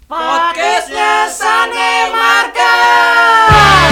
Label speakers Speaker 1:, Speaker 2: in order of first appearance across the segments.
Speaker 1: Podcastnya Sunday Market.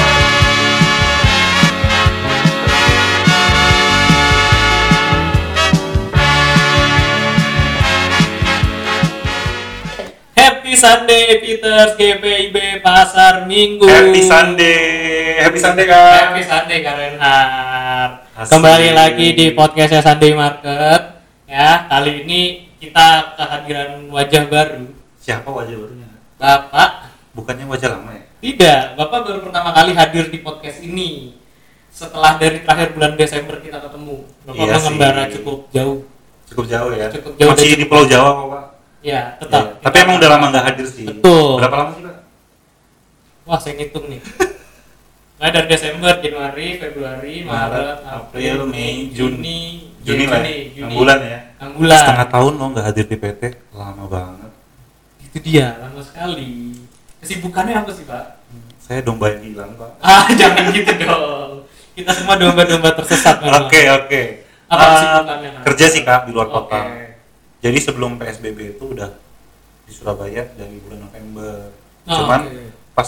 Speaker 2: Happy Sunday Peters GPIB Pasar Minggu.
Speaker 3: Happy Sunday Kak.
Speaker 2: Happy Sunday Kak Renhard.
Speaker 3: Asik.
Speaker 2: Kembali lagi di podcastnya Sunday Market. Ya, kali ini kita kehadiran wajah baru.
Speaker 3: Siapa wajah barunya?
Speaker 2: Bapak.
Speaker 3: Bukannya wajah lama ya?
Speaker 2: Tidak, Bapak baru pertama kali hadir di podcast ini. Setelah dari terakhir bulan Desember kita ketemu. Bapak
Speaker 3: Iya
Speaker 2: mengembara
Speaker 3: sih.
Speaker 2: cukup jauh.
Speaker 3: Cukup jauh ya.
Speaker 2: Cukup jauh
Speaker 3: Masih
Speaker 2: dari-
Speaker 3: di Pulau Jawa kok Pak.
Speaker 2: Ya, tetap.
Speaker 3: Iya. Tapi emang udah lama nggak hadir sih.
Speaker 2: Betul.
Speaker 3: Berapa lama sih Pak?
Speaker 2: Wah, saya ngitung nih. Nah, dari Desember, Januari, Februari, Maret, April, Mei, Juni,
Speaker 3: Juni lah.
Speaker 2: Juni.
Speaker 3: 6 bulan ya.
Speaker 2: 6 bulan.
Speaker 3: Setengah tahun lo nggak hadir di PT, lama banget.
Speaker 2: Itu dia, lama sekali. Kesibukannya apa sih, Pak?
Speaker 3: Saya domba yang hilang Pak.
Speaker 2: Ah, jangan gitu dong. Kita semua domba-domba tersesat memang.
Speaker 3: Oke.
Speaker 2: Apa kesibukannya, Kak?
Speaker 3: Kerja sih Kak di luar
Speaker 2: Oke.
Speaker 3: kota. Jadi sebelum PSBB itu udah di Surabaya dari bulan November.
Speaker 2: Oh,
Speaker 3: Cuman
Speaker 2: oke.
Speaker 3: pas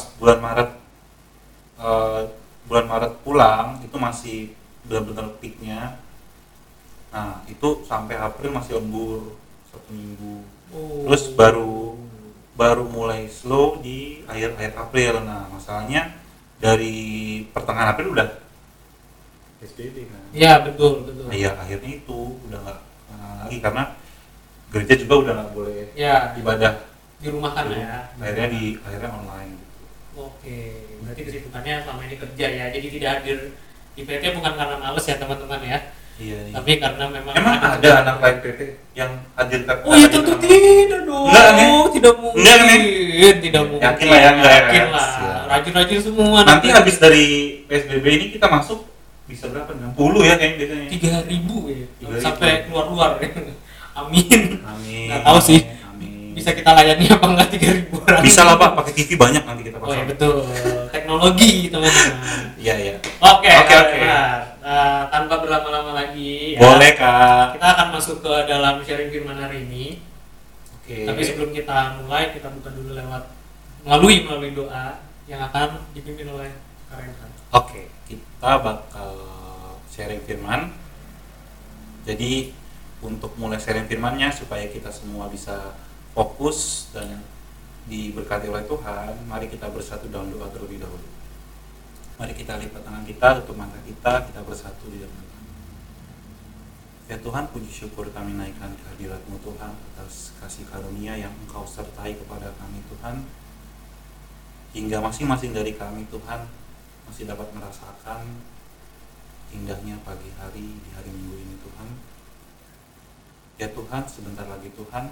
Speaker 3: bulan Maret pulang itu masih benar-benar peaknya. Nah itu sampai April masih lembur 1 minggu.
Speaker 2: Oh.
Speaker 3: Terus baru mulai slow di akhir April. Nah masalahnya dari pertengahan April udah PSBB kan.
Speaker 2: Iya, betul.
Speaker 3: Nah, iya akhirnya itu udah nggak lagi karena gereja juga udah nggak boleh
Speaker 2: Ya,
Speaker 3: ibadah.
Speaker 2: di rumah kan ya.
Speaker 3: Akhirnya online gitu.
Speaker 2: Oke, berarti kesibukannya selama ini kerja ya. Jadi tidak hadir di PT bukan karena males ya, teman-teman ya.
Speaker 3: Iya.
Speaker 2: Tapi karena memang
Speaker 3: Emang ada
Speaker 2: kerjaan.
Speaker 3: anak lain PT yang hadir ke
Speaker 2: Oh ya tentu tidak dong.
Speaker 3: Enggak, nih.
Speaker 2: Tidak mungkin.
Speaker 3: Enggak, nih.
Speaker 2: Tidak mungkin.
Speaker 3: Yakin lah ya, enggak ya?
Speaker 2: Yakin lah.
Speaker 3: Siap.
Speaker 2: Rajin-rajin semua.
Speaker 3: Nanti habis dari PSBB ini kita masuk bisa berapa? 60 ya kayaknya biasanya.
Speaker 2: 3.000 ya.
Speaker 3: 3.000.
Speaker 2: Sampai keluar-luar. Amin.
Speaker 3: Amin.
Speaker 2: Nggak tahu sih.
Speaker 3: Amin.
Speaker 2: Bisa kita layani apa enggak 3.000 orang?
Speaker 3: Bisa lah Pak, pakai TV banyak nanti kita
Speaker 2: Oh ya
Speaker 3: pasang.
Speaker 2: betul. Teknologi teman-teman.
Speaker 3: Iya.
Speaker 2: Oke.
Speaker 3: Oke.
Speaker 2: Tanpa berlama-lama lagi. Ya,
Speaker 3: Boleh Kak.
Speaker 2: kita akan masuk ke dalam sharing firman hari ini.
Speaker 3: Oke.
Speaker 2: Tapi sebelum kita mulai, kita buka dulu melalui doa yang akan dipimpin oleh Karen.
Speaker 3: Oke, kita bakal sharing firman. Jadi untuk mulai sharing firmannya supaya kita semua bisa fokus dan diberkati oleh Tuhan, mari kita bersatu dalam doa terlebih dahulu. Mari kita lipat tangan kita, tutup mata kita bersatu di dalam Tuhan. Ya Tuhan, puji syukur kami naikkan kehadirat-Mu Tuhan atas kasih karunia yang Engkau sertai kepada kami Tuhan. Hingga masing-masing dari kami Tuhan masih dapat merasakan indahnya pagi hari di hari Minggu ini Tuhan. Ya Tuhan, sebentar lagi Tuhan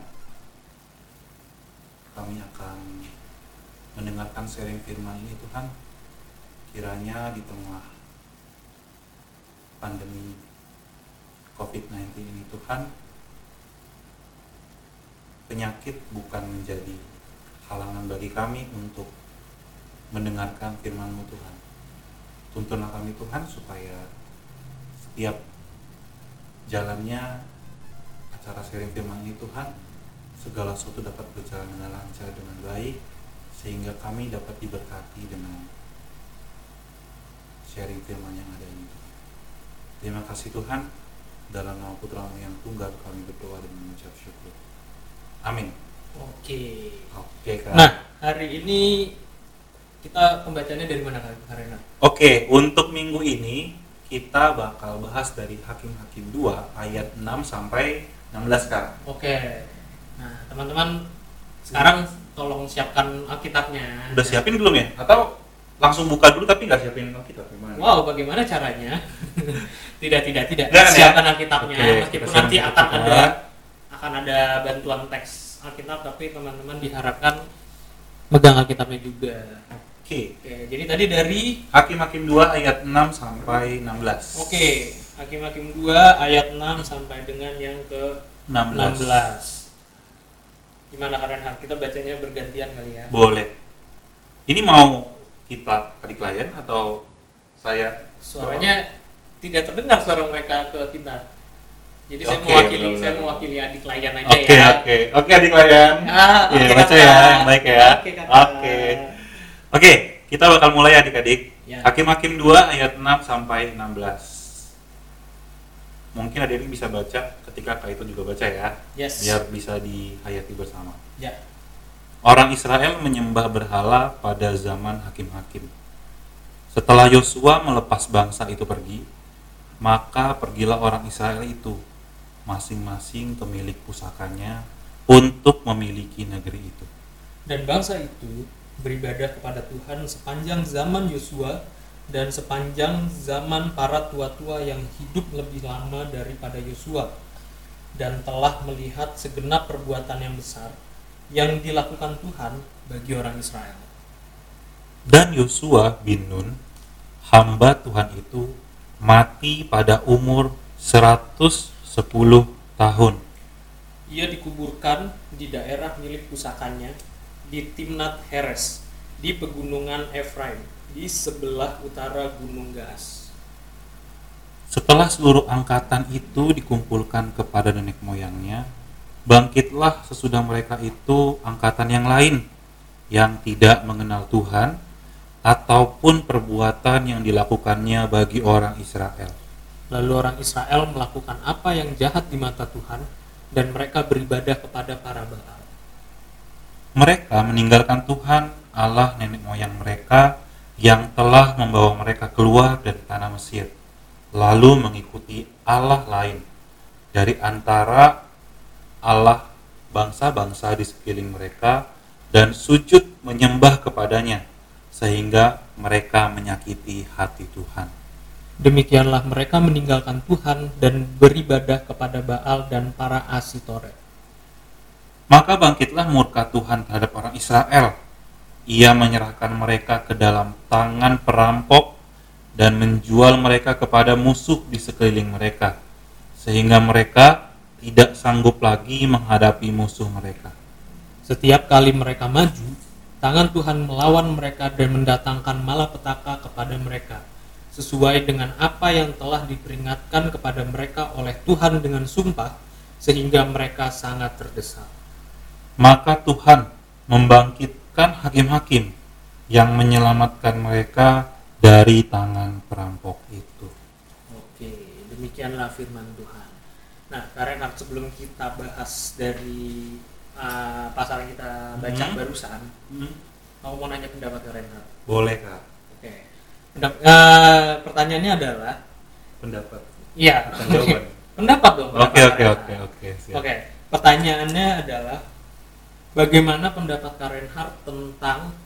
Speaker 3: kami akan mendengarkan sharing firman ini Tuhan. Kiranya di tengah pandemi COVID-19 ini Tuhan, penyakit bukan menjadi halangan bagi kami untuk mendengarkan firman-Mu Tuhan. Tuntunlah kami Tuhan supaya setiap jalannya acara sharing firman ini Tuhan, segala sesuatu dapat berjalan dengan lancar, dengan baik, sehingga kami dapat diberkati dengan sharing firman yang ada ini. Terima kasih Tuhan, dalam nama Putra-Mu yang tunggal kami berdoa dan mengucap syukur. Amin.
Speaker 2: Oke.
Speaker 3: Oke Kak.
Speaker 2: Nah, hari ini kita pembacanya dari mana Karen?
Speaker 3: Oke, untuk minggu ini kita bakal bahas dari Hakim-Hakim 2 ayat 6 sampai 16 Kak.
Speaker 2: Oke. Nah, teman-teman sekarang tolong siapkan Alkitabnya.
Speaker 3: Udah siapin belum ya? Atau langsung buka dulu tapi nggak siapin Alkitab gimana?
Speaker 2: Wow, bagaimana caranya? tidak.
Speaker 3: Nggak, ya?
Speaker 2: Siapkan Alkitabnya,
Speaker 3: Oke,
Speaker 2: meskipun
Speaker 3: kita
Speaker 2: nanti
Speaker 3: siapkan
Speaker 2: akan ada bantuan teks Alkitab, tapi teman-teman diharapkan megang Alkitabnya juga.
Speaker 3: Oke.
Speaker 2: Oke, jadi tadi dari
Speaker 3: Hakim-Hakim 2 ayat 6 sampai 16.
Speaker 2: Oke, Hakim-Hakim 2 ayat 6 sampai dengan yang ke 16. Gimana Karen? Kita bacanya bergantian kali ya.
Speaker 3: Boleh. Ini mau kita adik klien atau saya?
Speaker 2: Suaranya tidak terdengar suara mereka ke kita. Jadi saya
Speaker 3: Oke,
Speaker 2: mewakili
Speaker 3: benar-benar.
Speaker 2: saya mewakili adik layan aja
Speaker 3: Oke,
Speaker 2: ya.
Speaker 3: oke, adik layan.
Speaker 2: Oke,
Speaker 3: Iya, baca
Speaker 2: Kakak.
Speaker 3: ya, yang baik ya.
Speaker 2: Oke, Kakak.
Speaker 3: Oke, kita bakal mulai adik-adik.
Speaker 2: Ya.
Speaker 3: Hakim-Hakim 2 ayat 6 sampai 16. Mungkin adik-adik bisa baca ketika Kak itu juga baca ya.
Speaker 2: Yes.
Speaker 3: Biar bisa dihayati bersama.
Speaker 2: Ya.
Speaker 3: Orang Israel menyembah berhala pada zaman Hakim-Hakim. Setelah Yosua melepas bangsa itu pergi, maka pergilah orang Israel itu masing-masing ke milik pusakanya untuk memiliki negeri itu.
Speaker 2: Dan bangsa itu beribadah kepada Tuhan sepanjang zaman Yosua dan sepanjang zaman para tua-tua yang hidup lebih lama daripada Yosua, dan telah melihat segenap perbuatan yang besar yang dilakukan Tuhan bagi orang Israel.
Speaker 3: Dan Yosua bin Nun, hamba Tuhan itu, mati pada umur 110 tahun.
Speaker 2: Ia dikuburkan di daerah milik pusakanya di Timnat Heres di pegunungan Efraim di sebelah utara Gunung Gaas.
Speaker 3: Setelah seluruh angkatan itu dikumpulkan kepada nenek moyangnya, bangkitlah sesudah mereka itu angkatan yang lain yang tidak mengenal Tuhan ataupun perbuatan yang dilakukannya bagi orang Israel.
Speaker 2: Lalu orang Israel melakukan apa yang jahat di mata Tuhan, dan mereka beribadah kepada para Baal.
Speaker 3: Mereka meninggalkan Tuhan Allah nenek moyang mereka yang telah membawa mereka keluar dari tanah Mesir, lalu mengikuti Allah lain dari antara Allah bangsa-bangsa di sekeliling mereka dan sujud menyembah kepadanya, sehingga mereka menyakiti hati Tuhan.
Speaker 2: Demikianlah mereka meninggalkan Tuhan dan beribadah kepada Baal dan para Asitoret.
Speaker 3: Maka bangkitlah murka Tuhan terhadap orang Israel. Ia menyerahkan mereka ke dalam tangan perampok dan menjual mereka kepada musuh di sekeliling mereka, sehingga mereka tidak sanggup lagi menghadapi musuh mereka.
Speaker 2: Setiap kali mereka maju, tangan Tuhan melawan mereka dan mendatangkan malapetaka kepada mereka, sesuai dengan apa yang telah diperingatkan kepada mereka oleh Tuhan dengan sumpah, sehingga mereka sangat terdesak.
Speaker 3: Maka Tuhan membangkitkan hakim-hakim yang menyelamatkan mereka dari tangan perampok itu.
Speaker 2: Oke, demikianlah firman Tuhan. Nah, karena sebelum kita bahas dari pasal yang kita baca barusan, aku mau nanya pendapat ke Reinhard.
Speaker 3: Boleh Kak?
Speaker 2: Oke. Pertanyaannya adalah
Speaker 3: Pendapat.
Speaker 2: iya.
Speaker 3: Bukan jawaban.
Speaker 2: Pendapat dong.
Speaker 3: Oke. Siap.
Speaker 2: Oke. Pertanyaannya adalah bagaimana pendapat Kak Reinhard tentang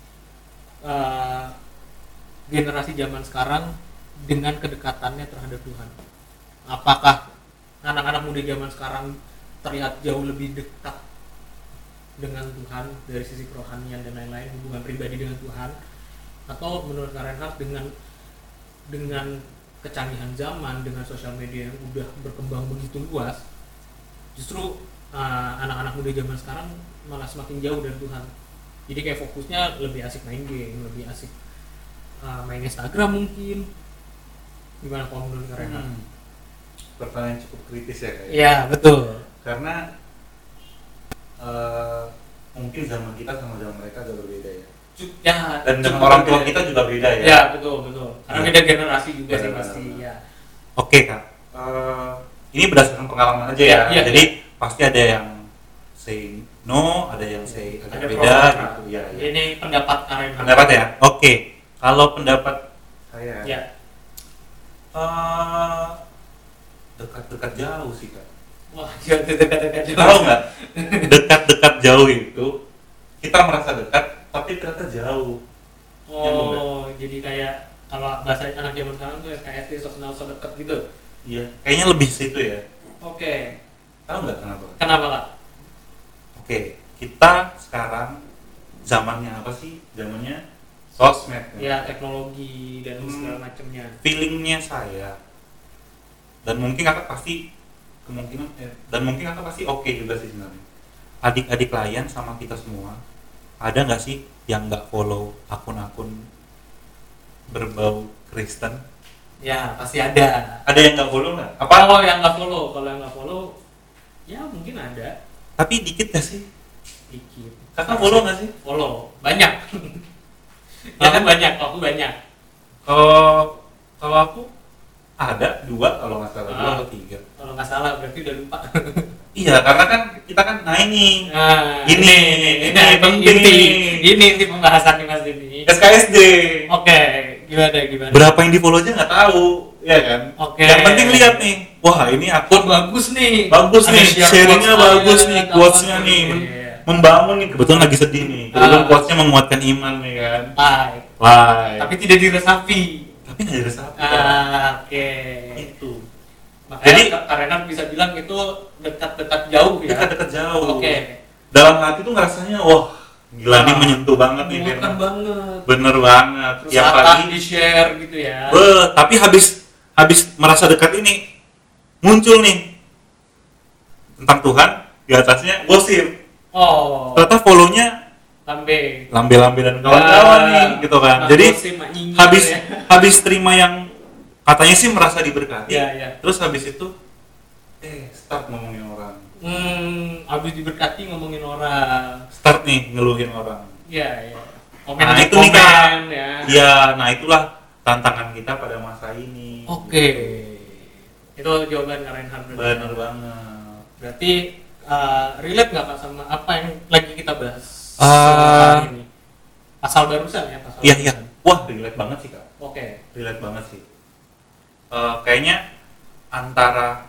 Speaker 2: generasi zaman sekarang dengan kedekatannya terhadap Tuhan? Apakah anak-anak muda zaman sekarang terlihat jauh lebih dekat dengan Tuhan dari sisi kerohanian dan lain-lain, hubungan pribadi dengan Tuhan, atau menurut Kak Reinhard dengan kecanggihan zaman, dengan sosial media yang udah berkembang begitu luas, justru anak-anak muda zaman sekarang malah semakin jauh dari Tuhan. Jadi kayak fokusnya lebih asik main game, lebih asik main Instagram mungkin. Gimana kalau menurut Kak Reinhard?
Speaker 3: Pertanyaan cukup kritis ya Kak?
Speaker 2: Iya, betul.
Speaker 3: Karena mungkin zaman kita sama zaman mereka agak berbeda ya.
Speaker 2: Ya,
Speaker 3: Dan dengan orang tua kita juga beda ya.
Speaker 2: Ya, betul. Karena
Speaker 3: Ya.
Speaker 2: beda generasi juga sih
Speaker 3: Benar,
Speaker 2: pasti.
Speaker 3: benar.
Speaker 2: Ya.
Speaker 3: Oke Kak, ini berdasarkan pengalaman aja ya.
Speaker 2: Iya.
Speaker 3: Jadi pasti ada yang say no, ada yang say agak
Speaker 2: Ada
Speaker 3: beda
Speaker 2: pro
Speaker 3: gitu ya.
Speaker 2: Ini pendapat Kak Reinhard.
Speaker 3: Pendapat ya. Oke, kalau pendapat saya
Speaker 2: Ya.
Speaker 3: dekat-dekat jauh sih Kak.
Speaker 2: Wah, dekat-dekat.
Speaker 3: Tahu nggak? Dekat-dekat jauh itu kita merasa dekat, tapi ternyata jauh.
Speaker 2: Oh, jadi kayak kalau bahasa anak zaman sekarang tuh kayak so kenal so deket gitu.
Speaker 3: Iya. Kayaknya lebih situ ya.
Speaker 2: Oke.
Speaker 3: Tahu nggak kenapa?
Speaker 2: Kenapa Kak?
Speaker 3: Oke, kita sekarang zamannya apa sih? Zamannya sosmed.
Speaker 2: Ya, teknologi dan
Speaker 3: Hmm.
Speaker 2: segala macamnya.
Speaker 3: Feelingnya saya, dan mungkin kakak pasti oke juga sih sebenarnya. Adik-adik layan sama kita semua, ada nggak sih yang nggak follow akun-akun berbau Kristen?
Speaker 2: Ya pasti ada.
Speaker 3: Ada yang nggak follow nggak? Apa?
Speaker 2: Kalau yang nggak follow, ya mungkin ada.
Speaker 3: Tapi dikit nggak sih?
Speaker 2: Dikit.
Speaker 3: Kakak follow nggak sih?
Speaker 2: Follow banyak.
Speaker 3: Ya kan?
Speaker 2: Aku banyak.
Speaker 3: Kalau aku ada 2 kalau nggak salah, 2 atau 3.
Speaker 2: Kalau nggak salah berarti udah lupa.
Speaker 3: Iya, karena kan kita kan ini.
Speaker 2: Nah,
Speaker 3: Ini penting nih.
Speaker 2: Ini inti pembahasan nih Mas ini.
Speaker 3: SKSD.
Speaker 2: Oke, gimana?
Speaker 3: Berapa yang di follow aja nggak tahu, ya kan?
Speaker 2: Oke.
Speaker 3: Yang penting lihat nih, wah ini akun
Speaker 2: Bagus nih.
Speaker 3: bagus
Speaker 2: Ada
Speaker 3: nih,
Speaker 2: share
Speaker 3: sharingnya
Speaker 2: quotes
Speaker 3: bagus
Speaker 2: aja,
Speaker 3: nih,
Speaker 2: apa
Speaker 3: quotesnya
Speaker 2: nih.
Speaker 3: nih,
Speaker 2: Iya.
Speaker 3: membangun nih. Kebetulan lagi sedih nih, kebetulan
Speaker 2: Ah.
Speaker 3: quotesnya menguatkan iman nih kan.
Speaker 2: Like.
Speaker 3: Like.
Speaker 2: Tapi tidak diresapi.
Speaker 3: Tapi nggak diresapi kan?
Speaker 2: Oke.
Speaker 3: Itu.
Speaker 2: Makanya
Speaker 3: Jadi-
Speaker 2: karena bisa bilang itu dekat-dekat jauh ya.
Speaker 3: Dekat-dekat jauh.
Speaker 2: Oke.
Speaker 3: Dalam hati tuh ngerasanya, wah gila nih
Speaker 2: Wah,
Speaker 3: menyentuh banget nih.
Speaker 2: menguatkan
Speaker 3: Firman.
Speaker 2: banget.
Speaker 3: Bener banget.
Speaker 2: Terus
Speaker 3: Tiap
Speaker 2: akan
Speaker 3: pagi.
Speaker 2: di-share gitu ya.
Speaker 3: Tapi habis merasa dekat ini muncul nih tentang Tuhan, di atasnya gosip.
Speaker 2: Oh,
Speaker 3: Ternyata follow-nya
Speaker 2: lambe.
Speaker 3: lambe-lambe dan kawan-kawan nih gitu kan.
Speaker 2: Mak
Speaker 3: Jadi
Speaker 2: gosip, mak nyinyir
Speaker 3: habis
Speaker 2: ya.
Speaker 3: habis terima yang katanya sih merasa diberkati.
Speaker 2: Iya.
Speaker 3: Terus habis itu start ngomongin orang.
Speaker 2: Habis diberkati ngomongin orang.
Speaker 3: Start nih ngeluhin orang.
Speaker 2: Iya. Komen
Speaker 3: Nah,
Speaker 2: di
Speaker 3: itu nih, Kak.
Speaker 2: komen ya.
Speaker 3: Iya, nah itulah tantangan kita pada masa ini.
Speaker 2: Oke. Itu jawaban Kak Reinhard.
Speaker 3: Bener banget.
Speaker 2: Berarti relate nggak Pak sama apa yang lagi kita bahas
Speaker 3: Ah.
Speaker 2: kali ini? Pasal barusan ya, pasal
Speaker 3: Iya.
Speaker 2: barusan.
Speaker 3: Wah, relate banget sih, Kak.
Speaker 2: Oke.
Speaker 3: Relate banget sih. Kayaknya antara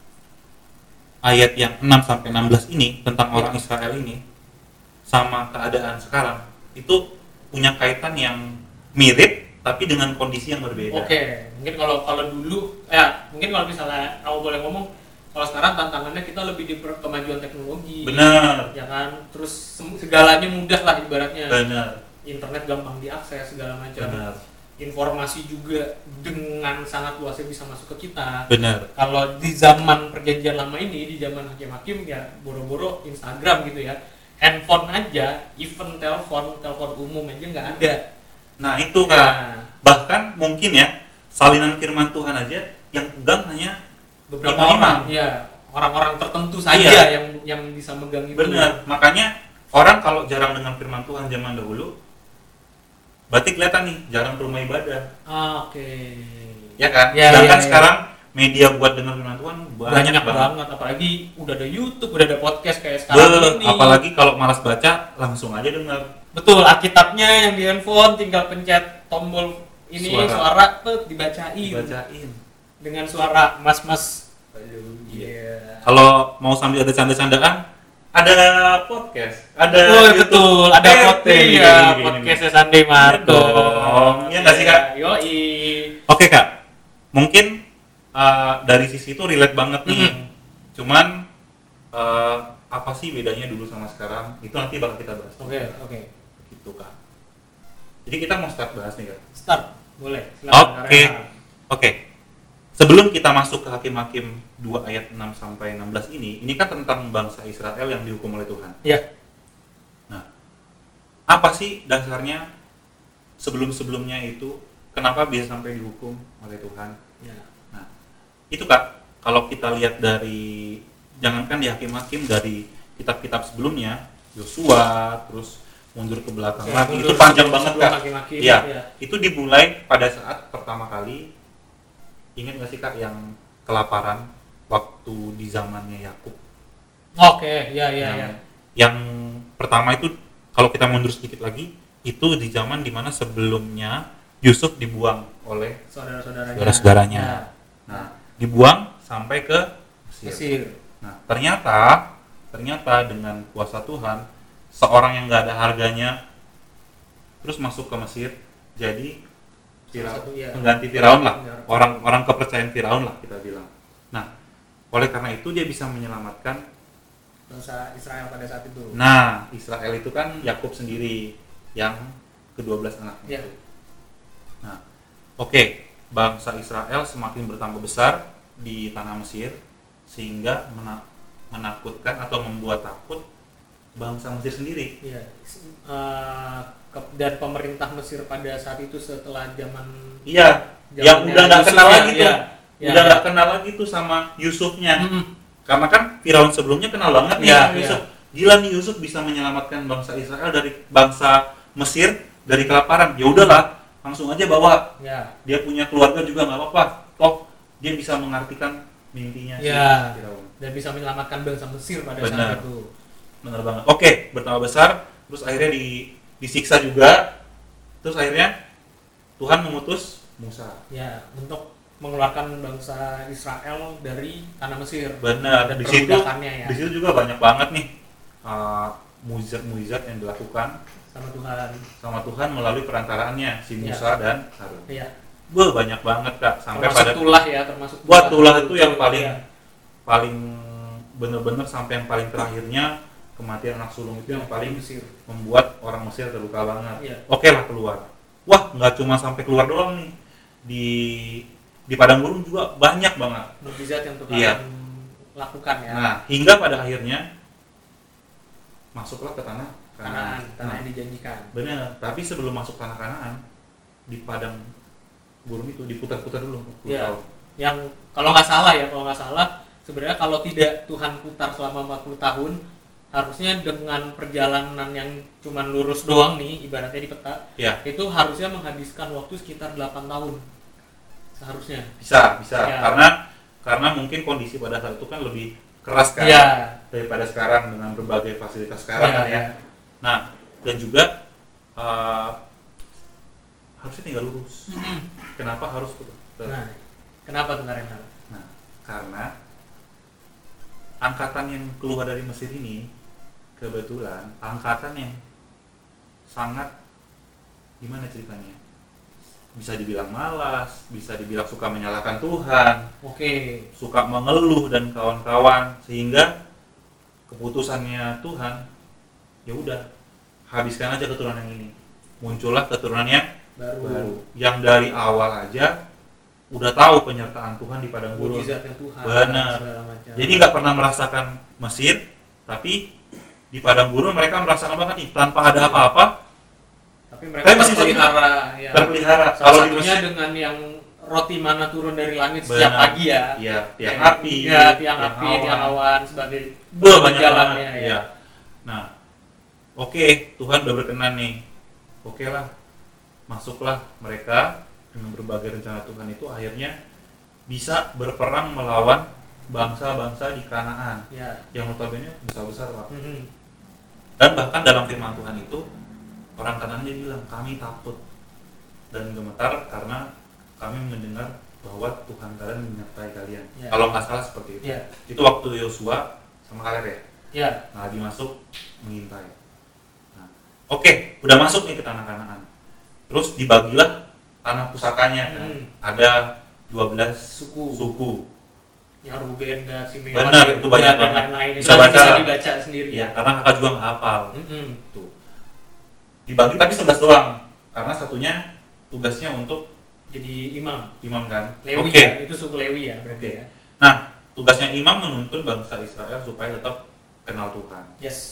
Speaker 3: ayat yang 6 sampai 16 ini tentang
Speaker 2: Ya.
Speaker 3: orang Israel ini sama keadaan sekarang itu punya kaitan yang mirip tapi dengan kondisi yang berbeda.
Speaker 2: Oke, mungkin kalau dulu ya mungkin kalau misalnya kamu boleh ngomong, kalau sekarang tantangannya kita lebih di kemajuan teknologi.
Speaker 3: Benar.
Speaker 2: Ya kan, terus segalanya mudah lah ibaratnya.
Speaker 3: Benar.
Speaker 2: Internet gampang diakses segala macam.
Speaker 3: Benar.
Speaker 2: Informasi juga dengan sangat luasnya bisa masuk ke kita.
Speaker 3: Benar.
Speaker 2: Kalau di zaman perjanjian lama ini, di zaman hakim-hakim ya boro-boro Instagram gitu ya. Handphone aja, even telepon umum aja nggak ada.
Speaker 3: Nah, itu Kak.
Speaker 2: Nah,
Speaker 3: Bahkan mungkin ya salinan firman Tuhan aja yang pegang hanya
Speaker 2: beberapa
Speaker 3: imam-imam.
Speaker 2: orang, ya orang-orang tertentu saja
Speaker 3: Iya.
Speaker 2: yang bisa megang itu.
Speaker 3: Benar. Makanya orang kalau jarang dengar firman Tuhan zaman dahulu, berarti kelihatan nih jarang ke rumah ibadah,
Speaker 2: Oke.
Speaker 3: ya kan?
Speaker 2: Ya,
Speaker 3: Sedangkan
Speaker 2: ya.
Speaker 3: sekarang media buat dengar firman Tuhan banyak banget.
Speaker 2: banget, apalagi udah ada YouTube, udah ada podcast kayak sekarang ini.
Speaker 3: Apalagi kalau malas baca, langsung aja dengar.
Speaker 2: Betul, Alkitabnya yang di handphone tinggal pencet tombol ini suara tuh
Speaker 3: Dibacain.
Speaker 2: dengan suara mas-mas.
Speaker 3: Iya. Kalau mau sambil ada canda-candaan, ada podcast, ada
Speaker 2: Oh
Speaker 3: YouTube.
Speaker 2: betul, ada podcast ya,
Speaker 3: Gini.
Speaker 2: podcastnya Sunday Marco.
Speaker 3: dong. Iya nggak sih, Kak?
Speaker 2: Yoi.
Speaker 3: Oke Kak, mungkin dari sisi itu relate banget nih. Cuman apa sih bedanya dulu sama sekarang? Itu nanti bakal kita bahas.
Speaker 2: Oke.
Speaker 3: Gitu Kak. Jadi kita mau start bahas nih Kak.
Speaker 2: Start, boleh. Silakan,
Speaker 3: Oke.
Speaker 2: Kak
Speaker 3: Oke. Sebelum kita masuk ke Hakim-Hakim 2 ayat 6 sampai 16 ini kan tentang bangsa Israel yang dihukum oleh Tuhan.
Speaker 2: Iya.
Speaker 3: Nah, apa sih dasarnya sebelum-sebelumnya itu kenapa bisa sampai dihukum oleh Tuhan?
Speaker 2: Ya.
Speaker 3: Nah, itu Kak, kalau kita lihat dari jangankan di Hakim-Hakim, dari kitab-kitab sebelumnya, Yosua, terus mundur ke belakang
Speaker 2: Ya,
Speaker 3: lagi,
Speaker 2: mundur
Speaker 3: itu panjang
Speaker 2: sebelum
Speaker 3: banget Kak.
Speaker 2: Hakim-Hakim,
Speaker 3: Iya,
Speaker 2: ya.
Speaker 3: itu dimulai pada saat pertama kali, ingat nggak sih Kak yang kelaparan waktu di zamannya Yakub?
Speaker 2: Oke, ya.
Speaker 3: Yang pertama itu kalau kita mundur sedikit lagi, itu di zaman dimana sebelumnya Yusuf dibuang oleh saudara-saudaranya.
Speaker 2: Ya.
Speaker 3: Nah, dibuang sampai ke Mesir.
Speaker 2: Mesir.
Speaker 3: Nah, ternyata dengan kuasa Tuhan, seorang yang nggak ada harganya terus masuk ke Mesir, jadi pengganti Firaun lah, orang kepercayaan Firaun lah kita bilang. Nah, oleh karena itu dia bisa menyelamatkan
Speaker 2: bangsa Israel pada saat itu.
Speaker 3: Nah, Israel itu kan Yakub sendiri yang ke-12 anaknya.
Speaker 2: Ya.
Speaker 3: Nah, oke, bangsa Israel semakin bertambah besar di tanah Mesir sehingga menakutkan atau membuat takut bangsa Mesir sendiri.
Speaker 2: Iya. Dan pemerintah Mesir pada saat itu setelah zaman
Speaker 3: Iya, yang udah nggak kenal lagi tuh,
Speaker 2: ya,
Speaker 3: udah nggak kenal lagi tuh sama Yusufnya. Karena kan Firaun sebelumnya kenal banget nih sama Yusuf. Gila nih Yusuf bisa menyelamatkan bangsa Israel dari bangsa Mesir dari kelaparan. Ya udahlah, langsung aja bawa. Dia punya keluarga juga nggak apa-apa. Toh dia bisa mengartikan mimpinya si Firaun.
Speaker 2: Dan bisa menyelamatkan bangsa Mesir pada saat itu.
Speaker 3: Benar banget. Oke, bertambah besar, terus akhirnya disiksa juga. Terus akhirnya Tuhan mengutus Musa.
Speaker 2: Ya, untuk mengeluarkan bangsa Israel dari tanah Mesir.
Speaker 3: Benar.
Speaker 2: Dan
Speaker 3: Di situ,
Speaker 2: ya.
Speaker 3: di situ juga banyak banget nih mukjizat-mukjizat yang dilakukan sama Tuhan melalui perantaraannya si Musa dan Harun.
Speaker 2: Iya.
Speaker 3: Banyak banget Kak, sampai
Speaker 2: termasuk
Speaker 3: pada
Speaker 2: termasuk
Speaker 3: tulah itu yang paling benar-benar sampai yang paling terakhirnya kematian anak sulung itu yang paling membuat orang Mesir terluka banget. Oke lah keluar. Wah, nggak cuma sampai keluar doang nih. Di padang gurun juga banyak banget
Speaker 2: mukjizat yang Tuhan lakukan ya.
Speaker 3: Nah, hingga pada akhirnya masuklah ke tanah Kanaan.
Speaker 2: Tanah yang dijanjikan.
Speaker 3: Benar, tapi sebelum masuk tanah Kanaan di padang gurun itu diputar-putar dulu 40 tahun.
Speaker 2: Yang kalau nggak salah sebenarnya kalau tidak Tuhan putar selama 40 tahun, harusnya dengan perjalanan yang cuman lurus doang nih ibaratnya di peta, itu harusnya menghabiskan waktu sekitar 8 tahun. Seharusnya. Bisa.
Speaker 3: Karena mungkin kondisi pada saat itu kan lebih keras kan daripada sekarang dengan berbagai fasilitas sekarang kan ya. Nah, dan juga harusnya tinggal lurus. Kenapa harus putar?
Speaker 2: Nah, kenapa tuh Reinhard?
Speaker 3: Nah, karena angkatan yang keluar dari Mesir ini kebetulan angkatan yang sangat gimana ceritanya? Bisa dibilang malas, bisa dibilang suka menyalahkan Tuhan, suka mengeluh dan kawan-kawan, sehingga keputusannya Tuhan, ya udah habiskan aja keturunan yang ini. Muncullah keturunan yang baru, yang dari awal aja udah tahu penyertaan Tuhan di padang gurun. Benar. Jadi nggak pernah merasakan Mesir, tapi di padang gurun mereka merasakan banget nih tanpa ada apa-apa.
Speaker 2: Tapi mereka masih
Speaker 3: terpelihara.
Speaker 2: Salah satunya dengan yang roti mana turun dari langit setiap pagi ya.
Speaker 3: Iya, tiang api,
Speaker 2: tiang awan sebagai
Speaker 3: banyak
Speaker 2: jalannya
Speaker 3: ya. Nah, Tuhan udah berkenan nih. Lah, masuklah mereka dengan berbagai rencana Tuhan itu akhirnya bisa berperang melawan bangsa-bangsa di Kanaan yang notabene besar-besar Pak. Dan bahkan dalam firman Tuhan itu orang Kanaan dia bilang kami takut dan gemetar karena kami mendengar bahwa Tuhan kalian menyertai kalian. Kalau nggak salah seperti itu. Itu waktu Yosua sama Kaleb ya. Nah, dimasuk mengintai. Nah, udah masuk nih ke tanah Kanaan. Terus dibagilah tanah pusakanya kan. Ada 12 suku.
Speaker 2: Yang Ruben, Gad, Simeon.
Speaker 3: Benar, itu banyak banget. Bisa
Speaker 2: dibaca sendiri.
Speaker 3: Karena kakak juga nggak hafal. Tuh. Dibagi tapi 11 doang. Karena satunya tugasnya untuk
Speaker 2: jadi imam
Speaker 3: kan.
Speaker 2: Lewi itu suku Lewi ya berarti ya.
Speaker 3: Nah, tugasnya imam menuntun bangsa Israel supaya tetap kenal Tuhan.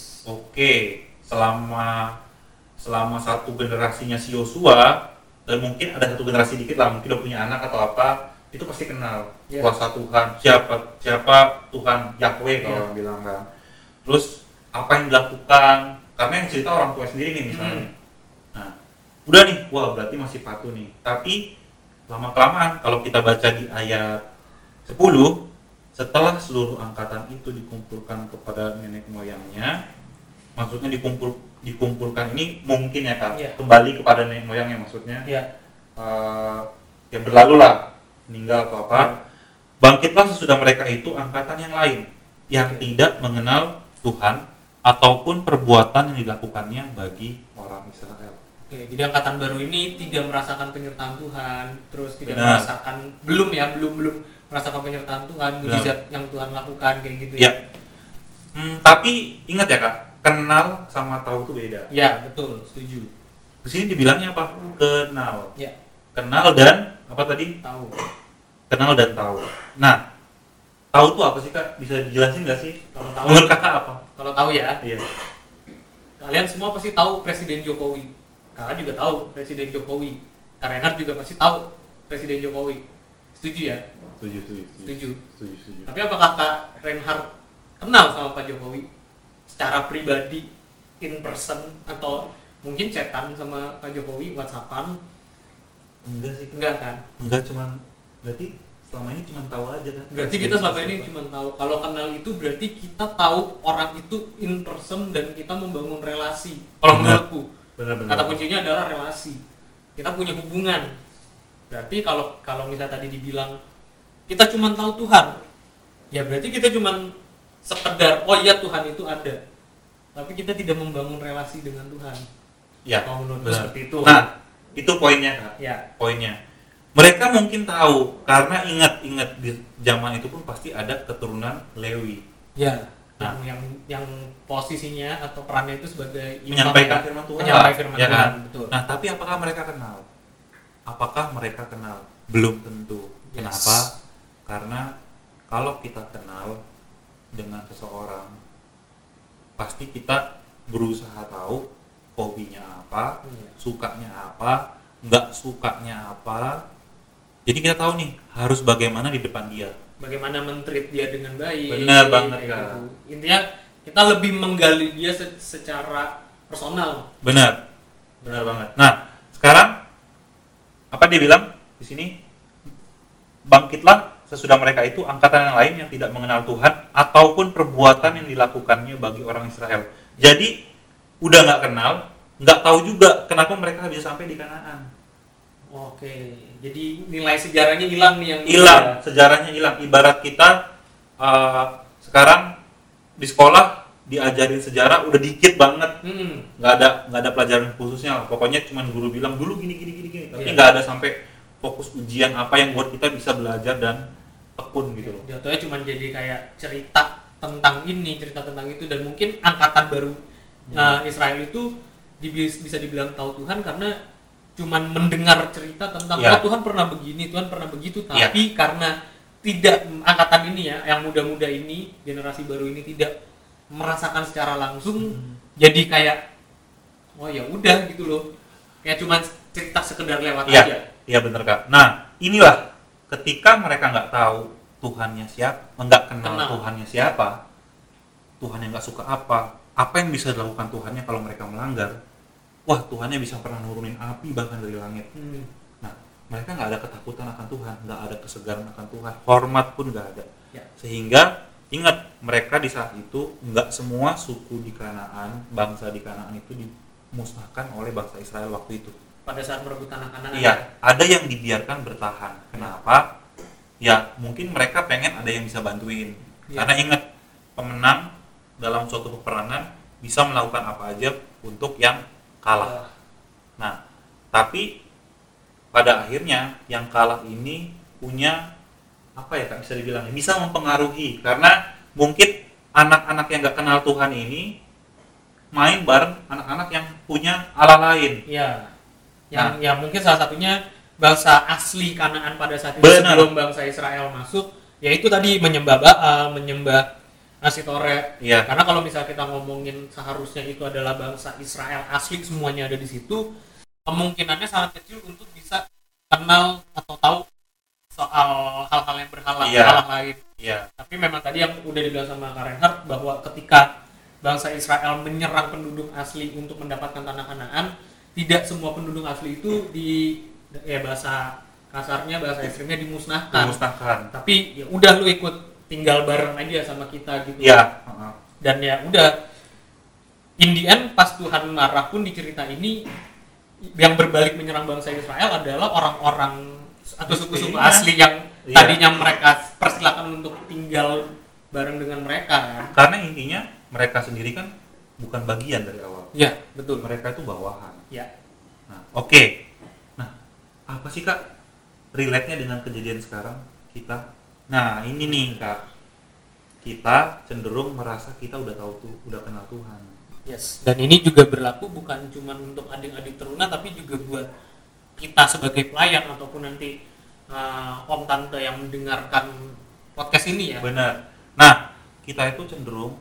Speaker 3: Selama satu generasinya si Yosua dan mungkin ada satu generasi dikit lah, mungkin udah punya anak atau apa, itu pasti kenal kuasa Tuhan, siapa Tuhan Yahweh kalau orang bilang kan. Terus apa yang dilakukan, karena yang cerita orang tua sendiri nih misalnya. Nah, udah nih, berarti masih patuh nih. Tapi lama-kelamaan kalau kita baca di ayat 10, setelah seluruh angkatan itu dikumpulkan kepada nenek moyangnya, maksudnya dikumpulkan ini mungkin ya Kak, kembali kepada nenek moyangnya maksudnya. Ya berlalu lah, meninggal atau apa. Bangkitlah sesudah mereka itu angkatan yang lain yang tidak mengenal Tuhan ataupun perbuatan yang dilakukannya bagi orang Israel.
Speaker 2: Jadi angkatan baru ini tidak merasakan penyertaan Tuhan, terus tidak merasakan belum merasakan penyertaan Tuhan, mukjizat yang Tuhan lakukan kayak gitu ya.
Speaker 3: Tapi ingat ya Kak, kenal sama tahu itu beda.
Speaker 2: Ya, betul, setuju.
Speaker 3: Di sini dibilangnya apa? Kenal.
Speaker 2: Ya.
Speaker 3: Kenal dan apa tadi?
Speaker 2: Tahu.
Speaker 3: Kenal dan tahu. Nah, tahu itu apa sih Kak? Bisa dijelasin nggak sih?
Speaker 2: Kalau tahu.
Speaker 3: Menurut Kakak apa?
Speaker 2: Kalau tahu ya.
Speaker 3: Iya.
Speaker 2: Kalian semua pasti tahu Presiden Jokowi. Kakak juga tahu Presiden Jokowi. Kak Reinhard juga pasti tahu Presiden Jokowi. Setuju ya?
Speaker 3: Setuju.
Speaker 2: Tapi apakah Kak Reinhardt kenal sama Pak Jokowi secara pribadi, in person, atau mungkin chatan sama Pak Jokowi, WhatsAppan?
Speaker 3: Enggak sih.
Speaker 2: Enggak kan?
Speaker 3: Enggak, berarti selama ini cuma tahu aja kan.
Speaker 2: Berarti kita selama ini cuma tahu. Kalau kenal itu berarti kita tahu orang itu in person dan kita membangun relasi. Kalau menurutku, kata kuncinya adalah relasi. Kita punya hubungan. Berarti kalau misalnya tadi dibilang kita cuma tahu Tuhan, ya berarti kita cuma sekedar oh iya Tuhan itu ada, tapi kita tidak membangun relasi dengan Tuhan.
Speaker 3: Ya,
Speaker 2: kalau menurutku seperti itu.
Speaker 3: Nah, itu poinnya Kak.
Speaker 2: Ya.
Speaker 3: Poinnya. Mereka mungkin tahu karena ingat di zaman itu pun pasti ada keturunan Lewi.
Speaker 2: Ya.
Speaker 3: Nah,
Speaker 2: yang posisinya atau perannya itu sebagai
Speaker 3: menyampaikan firman Tuhan.
Speaker 2: Menyampaikan firman
Speaker 3: ya
Speaker 2: Tuhan,
Speaker 3: kan?
Speaker 2: betul.
Speaker 3: Nah, tapi apakah mereka kenal? Belum tentu.
Speaker 2: Yes.
Speaker 3: Kenapa? Karena kalau kita kenal dengan seseorang, pasti kita berusaha tahu hobinya apa, sukanya apa, nggak sukanya apa. Jadi kita tahu nih harus bagaimana di depan dia.
Speaker 2: Bagaimana men-treat dia dengan baik.
Speaker 3: Benar banget kan.
Speaker 2: Gitu. Intinya kita lebih menggali dia secara personal.
Speaker 3: Benar banget. Nah, sekarang apa dia bilang di sini? Bangkitlah sesudah mereka itu angkatan yang lain yang tidak mengenal Tuhan ataupun perbuatan yang dilakukannya bagi orang Israel. Jadi udah nggak kenal, nggak tahu juga kenapa mereka bisa sampai di Kanaan.
Speaker 2: Oke, jadi nilai sejarahnya hilang nih yang
Speaker 3: hilang, sejarahnya hilang. Ibarat kita sekarang di sekolah diajarin sejarah udah dikit banget, nggak ada pelajaran khususnya. Pokoknya cuma guru bilang dulu gini, tapi nggak ada sampai fokus ujian apa yang buat kita bisa belajar dan tekun gitu loh.
Speaker 2: Jatuhnya cuma jadi kayak cerita tentang ini, cerita tentang itu, dan mungkin angkatan baru Israel itu bisa dibilang tahu Tuhan karena cuman mendengar cerita tentang oh Tuhan pernah begini, Tuhan pernah begitu, tapi karena tidak angkatan ini ya, yang muda-muda ini, generasi baru ini tidak merasakan secara langsung, jadi kayak oh ya udah gitu loh, kayak cuman cerita sekedar lewat aja.
Speaker 3: Iya benar Kak. Nah inilah ketika mereka nggak tahu Tuhannya siapa, nggak kenal Tuhannya siapa, Tuhan yang nggak suka apa yang bisa dilakukan Tuhannya kalau mereka melanggar. Wah, Tuhannya bisa pernah nurunin api bahkan dari langit. Nah, mereka nggak ada ketakutan akan Tuhan, nggak ada kesegaran akan Tuhan, hormat pun nggak ada.
Speaker 2: Ya.
Speaker 3: Sehingga ingat, mereka di saat itu nggak semua suku di Kanaan, bangsa di Kanaan itu dimusnahkan oleh bangsa Israel waktu itu.
Speaker 2: Pada saat merebut tanah Kanaan.
Speaker 3: Iya, ada yang dibiarkan bertahan. Kenapa? Ya, mungkin mereka pengen ada yang bisa bantuin. Ya. Karena ingat, pemenang dalam suatu peperangan bisa melakukan apa aja untuk yang kalah. Nah, tapi pada akhirnya yang kalah ini punya apa ya Kak, bisa dibilang bisa mempengaruhi, karena mungkin anak-anak yang nggak kenal Tuhan ini main bareng anak-anak yang punya Allah lain.
Speaker 2: Iya. Yang mungkin salah satunya bangsa asli Kanaan pada saat itu sebelum bangsa Israel masuk, yaitu tadi menyembah Baal, menyembah Asitoret.
Speaker 3: Iya.
Speaker 2: Karena kalau misalnya kita ngomongin seharusnya itu adalah bangsa Israel asli, semuanya ada di situ, kemungkinannya sangat kecil untuk bisa kenal atau tahu soal hal-hal yang berhala, hal lain.
Speaker 3: Iya.
Speaker 2: Tapi memang tadi yang udah dibilang sama Kak Reinhardt bahwa ketika bangsa Israel menyerang penduduk asli untuk mendapatkan tanah Kanaan, tidak semua penduduk asli itu bahasa kasarnya, bahasa ekstrimnya dimusnahkan. Tapi ya udah lu ikut tinggal bareng aja sama kita gitu.
Speaker 3: Iya.
Speaker 2: Dan ya udah, in the end pas Tuhan marah pun di cerita ini yang berbalik menyerang bangsa Israel adalah orang-orang atau suku-suku asli yang tadinya mereka persilakan untuk tinggal bareng dengan mereka.
Speaker 3: Karena intinya mereka sendiri kan bukan bagian dari awal.
Speaker 2: Iya, betul.
Speaker 3: Mereka itu bawahan.
Speaker 2: Iya.
Speaker 3: Nah, oke. Nah, apa sih Kak relate-nya dengan kejadian sekarang kita? Nah, ini nih Kak. Kita cenderung merasa kita udah kenal Tuhan.
Speaker 2: Yes. Dan ini juga berlaku bukan cuma untuk adik-adik teruna, tapi juga buat kita sebagai pelayan ataupun nanti om tante yang mendengarkan podcast ini ya.
Speaker 3: Benar. Nah, kita itu cenderung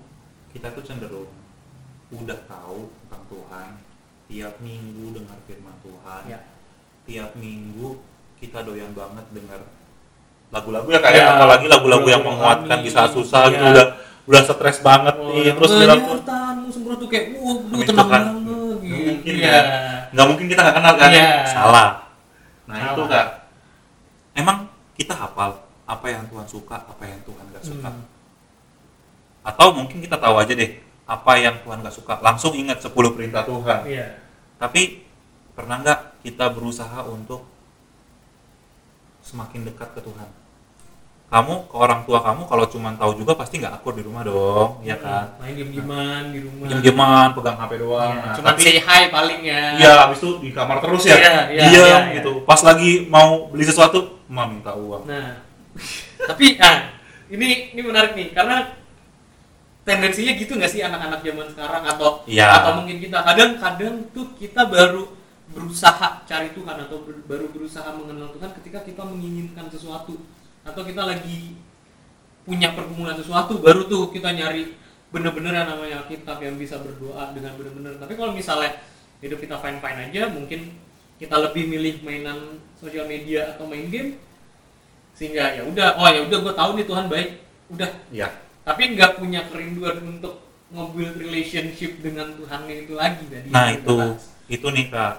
Speaker 3: udah tahu tentang Tuhan. Tiap minggu dengar firman Tuhan.
Speaker 2: Ya.
Speaker 3: Tiap minggu kita doyan banget dengar lagu-lagu ya kayak
Speaker 2: Ya,
Speaker 3: apalagi lagu-lagu yang
Speaker 2: lagu
Speaker 3: menguatkan
Speaker 2: rohani.
Speaker 3: di saat susah
Speaker 2: Ya.
Speaker 3: gitu udah stres banget nih terus bilang tuh
Speaker 2: menyertamu semua tuh kayak
Speaker 3: Amin
Speaker 2: tenang
Speaker 3: Tuhan.
Speaker 2: banget
Speaker 3: Nggak
Speaker 2: gitu.
Speaker 3: mungkin
Speaker 2: Iya.
Speaker 3: kan? Nggak mungkin kita nggak kenal kan?
Speaker 2: Iya.
Speaker 3: Salah. Nah
Speaker 2: Salah.
Speaker 3: itu Kak. Emang kita hafal apa yang Tuhan suka, apa yang Tuhan nggak suka. Atau mungkin kita tahu aja deh apa yang Tuhan nggak suka. Langsung ingat 10 perintah Tuhan.
Speaker 2: Iya.
Speaker 3: Tapi pernah nggak kita berusaha untuk semakin dekat ke Tuhan? Kamu ke orang tua kamu kalau cuma tahu juga pasti nggak akur di rumah dong, ya kan?
Speaker 2: Main diem-dieman di rumah.
Speaker 3: Diem-dieman, pegang HP doang.
Speaker 2: Iya,
Speaker 3: Nah,
Speaker 2: cuman
Speaker 3: tapi
Speaker 2: say hi paling ya.
Speaker 3: iya, habis itu di kamar terus ya.
Speaker 2: Iya, iya,
Speaker 3: Diam
Speaker 2: iya, iya.
Speaker 3: gitu. Pas lagi mau beli sesuatu, emak minta uang.
Speaker 2: Nah, tapi ini menarik nih karena tendensinya gitu nggak sih anak-anak zaman sekarang atau
Speaker 3: Iya.
Speaker 2: atau mungkin kita kadang-kadang tuh kita baru berusaha cari Tuhan atau baru berusaha mengenal Tuhan ketika kita menginginkan sesuatu atau kita lagi punya pergumulan sesuatu baru tuh kita nyari bener-bener yang namanya Alkitab yang bisa berdoa dengan bener-bener. Tapi kalau misalnya hidup kita fine-fine aja, mungkin kita lebih milih mainan sosial media atau main game sehingga ya udah gue tahu nih Tuhan baik udah,
Speaker 3: Iya.
Speaker 2: tapi nggak punya kerinduan untuk nge-build relationship dengan Tuhan itu lagi tadi.
Speaker 3: Nah itu nih Kak.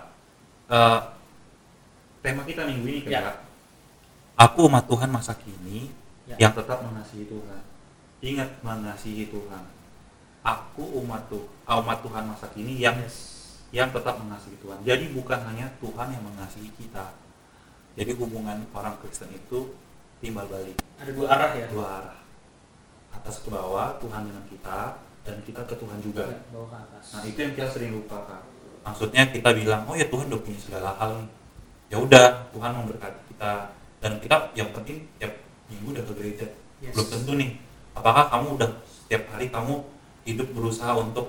Speaker 3: Tema kita minggu ini
Speaker 2: Ya.
Speaker 3: Kak. Aku umat Tuhan masa kini
Speaker 2: Ya.
Speaker 3: yang tetap mengasihi Tuhan. Ingat mengasihi Tuhan. Aku umat Tuhan masa kini yang tetap mengasihi Tuhan. Jadi bukan hanya Tuhan yang mengasihi kita. Jadi hubungan orang Kristen itu timbal balik.
Speaker 2: Ada dua arah ya.
Speaker 3: Dua arah. Atas ke bawah Tuhan dengan kita dan kita ke Tuhan juga.
Speaker 2: Ya, bawah ke atas.
Speaker 3: Nah itu yang kita sering lupa Kak. Maksudnya kita bilang, oh ya Tuhan udah punya segala hal nih. Ya udah Tuhan memberkati kita dan kita yang penting tiap minggu udah ke gereja.
Speaker 2: Yes.
Speaker 3: Belum tentu nih. Apakah kamu udah setiap hari kamu hidup berusaha untuk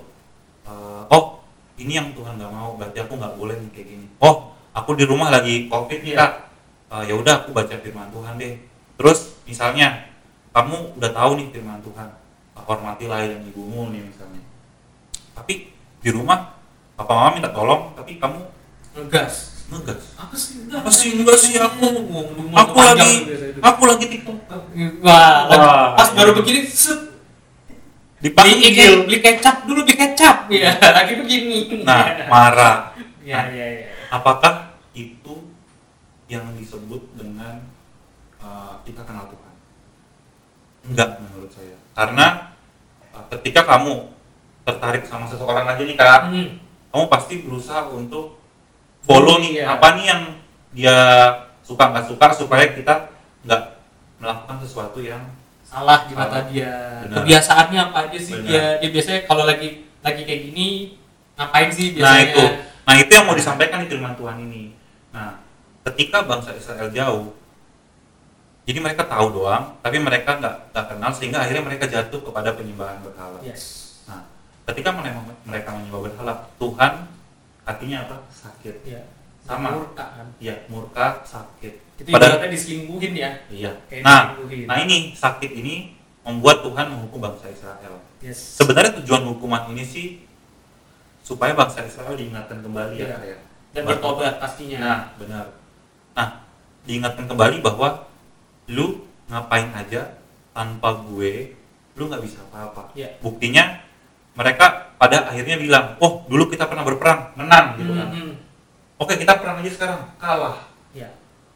Speaker 3: oh ini yang Tuhan nggak mau berarti aku nggak boleh nih kayak gini. Oh aku di rumah lagi COVID nih Kak. Ya udah aku baca firman Tuhan deh. Terus misalnya kamu udah tahu nih firman Tuhan, hormatilah ayah dan ibumu nih misalnya. Tapi di rumah papa mama minta tolong, tapi kamu
Speaker 2: Ngegas.
Speaker 3: apa sih enggak sih aku lagi TikTok.
Speaker 2: Wah, pas baru begini set
Speaker 3: Dipanggil.
Speaker 2: beli kecap dulu, beli kecap ya. Lagi begini.
Speaker 3: Nah, marah.
Speaker 2: Ya.
Speaker 3: Apakah itu yang disebut dengan kita kenal Tuhan? Enggak menurut saya. Karena ketika kamu tertarik sama seseorang aja nih Kak, kamu pasti berusaha untuk follow nih apa nih yang dia suka nggak suka supaya kita nggak melakukan sesuatu yang
Speaker 2: salah di mata dia.
Speaker 3: Benar.
Speaker 2: Kebiasaannya apa aja sih
Speaker 3: Benar.
Speaker 2: dia biasanya kalau lagi kayak gini ngapain sih biasanya?
Speaker 3: Nah itu yang mau disampaikan di firman Tuhan ini. Nah ketika bangsa Israel jauh, jadi mereka tahu doang, tapi mereka nggak kenal sehingga akhirnya mereka jatuh kepada penyembahan berhala.
Speaker 2: Yes.
Speaker 3: Nah ketika mereka menyembah berhala, Tuhan artinya apa? Sakit.
Speaker 2: Ya.
Speaker 3: Sama.
Speaker 2: Murka kan.
Speaker 3: Iya, murka, sakit.
Speaker 2: Itu ibaratnya diselingkuhin ya.
Speaker 3: Iya.
Speaker 2: Kayak
Speaker 3: Nah
Speaker 2: diselingkuhin.
Speaker 3: ini sakit ini membuat Tuhan menghukum bangsa Israel.
Speaker 2: Yes.
Speaker 3: Sebenarnya tujuan hukuman ini sih supaya bangsa Israel diingatkan kembali
Speaker 2: Iya.
Speaker 3: ya.
Speaker 2: Dan bertobat pastinya.
Speaker 3: Nah benar. Nah diingatkan kembali bahwa lu ngapain aja tanpa gue, lu nggak bisa apa-apa.
Speaker 2: Iya.
Speaker 3: Buktinya mereka pada akhirnya bilang, oh dulu kita pernah berperang, menang gitu kan. Oke kita perang aja sekarang, kalah.
Speaker 2: Ya.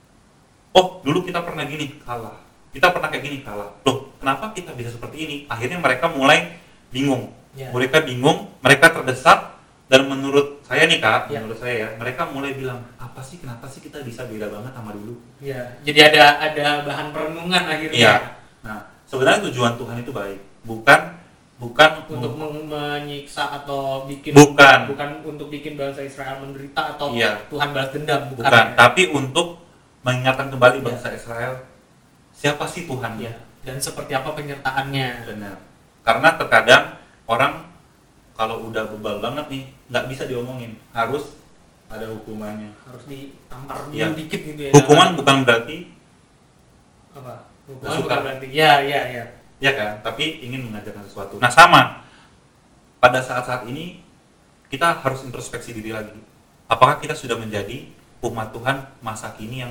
Speaker 3: Oh dulu kita pernah gini, kalah. Kita pernah kayak gini, kalah. Loh kenapa kita bisa seperti ini? Akhirnya mereka mulai bingung.
Speaker 2: Ya.
Speaker 3: Mereka bingung, mereka terdesak. Dan menurut saya nih Kak,
Speaker 2: Ya.
Speaker 3: menurut saya ya, mereka mulai bilang, apa sih, kenapa sih kita bisa beda banget sama dulu?
Speaker 2: Ya. Jadi ada bahan perenungan akhirnya.
Speaker 3: Iya. Nah sebenarnya tujuan Tuhan itu baik, bukan
Speaker 2: Untuk menyiksa atau
Speaker 3: Bukan.
Speaker 2: untuk bikin bangsa Israel menderita atau
Speaker 3: Iya.
Speaker 2: Tuhan balas dendam, bukan.
Speaker 3: bukan,
Speaker 2: Ya.
Speaker 3: tapi untuk mengingatkan kembali
Speaker 2: Iya.
Speaker 3: bangsa Israel siapa sih Tuhan
Speaker 2: Ya. Dan seperti apa penyertaannya.
Speaker 3: Benar. Karena terkadang orang kalau udah bebal banget nih nggak bisa diomongin, harus ada hukumannya.
Speaker 2: Harus ditampar dulu
Speaker 3: Iya.
Speaker 2: dikit gitu ya.
Speaker 3: Hukuman bukan berarti
Speaker 2: Apa? Hukuman
Speaker 3: Nggak suka.
Speaker 2: bukan berarti. Ya.
Speaker 3: ya kan, tapi ingin mengajarkan sesuatu. Nah sama, pada saat-saat ini kita harus introspeksi diri lagi. Apakah kita sudah menjadi umat Tuhan masa kini yang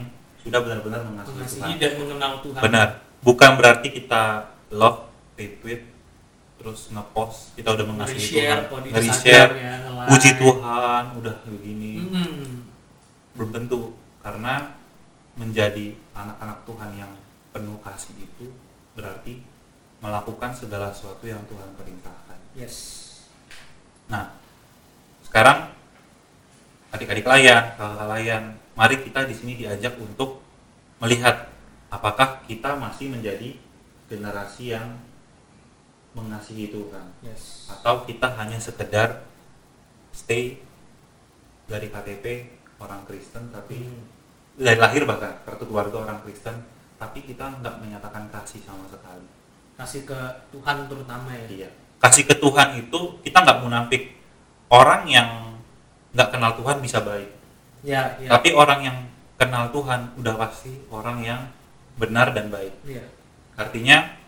Speaker 3: sudah benar-benar mengasihi Tuhan.
Speaker 2: Mengasihi dan mengenal Tuhan.
Speaker 3: Benar. Bukan berarti kita love, retweet, terus ngepost kita udah mengasihi
Speaker 2: Nge-share,
Speaker 3: Tuhan,
Speaker 2: kalau di
Speaker 3: nge-share,
Speaker 2: Instagram ya, nge-like.
Speaker 3: puji Tuhan, udah begini.
Speaker 2: Mm-mm.
Speaker 3: Belum tentu, karena menjadi anak-anak Tuhan yang penuh kasih itu berarti melakukan segala sesuatu yang Tuhan perintahkan.
Speaker 2: Yes.
Speaker 3: Nah, sekarang adik-adik layan, kakak layan, mari kita di sini diajak untuk melihat apakah kita masih menjadi generasi yang mengasihi Tuhan,
Speaker 2: Yes.
Speaker 3: atau kita hanya sekedar stay dari KTP orang Kristen, tapi dari lahir bahkan kartu keluarga orang Kristen, tapi kita nggak menyatakan kasih sama sekali.
Speaker 2: Kasih ke Tuhan terutama ya.
Speaker 3: Iya. Kasih ke Tuhan itu kita nggak munafik. Orang yang nggak kenal Tuhan bisa baik,
Speaker 2: Ya, ya.
Speaker 3: tapi orang yang kenal Tuhan udah pasti orang yang benar dan baik.
Speaker 2: Iya.
Speaker 3: Artinya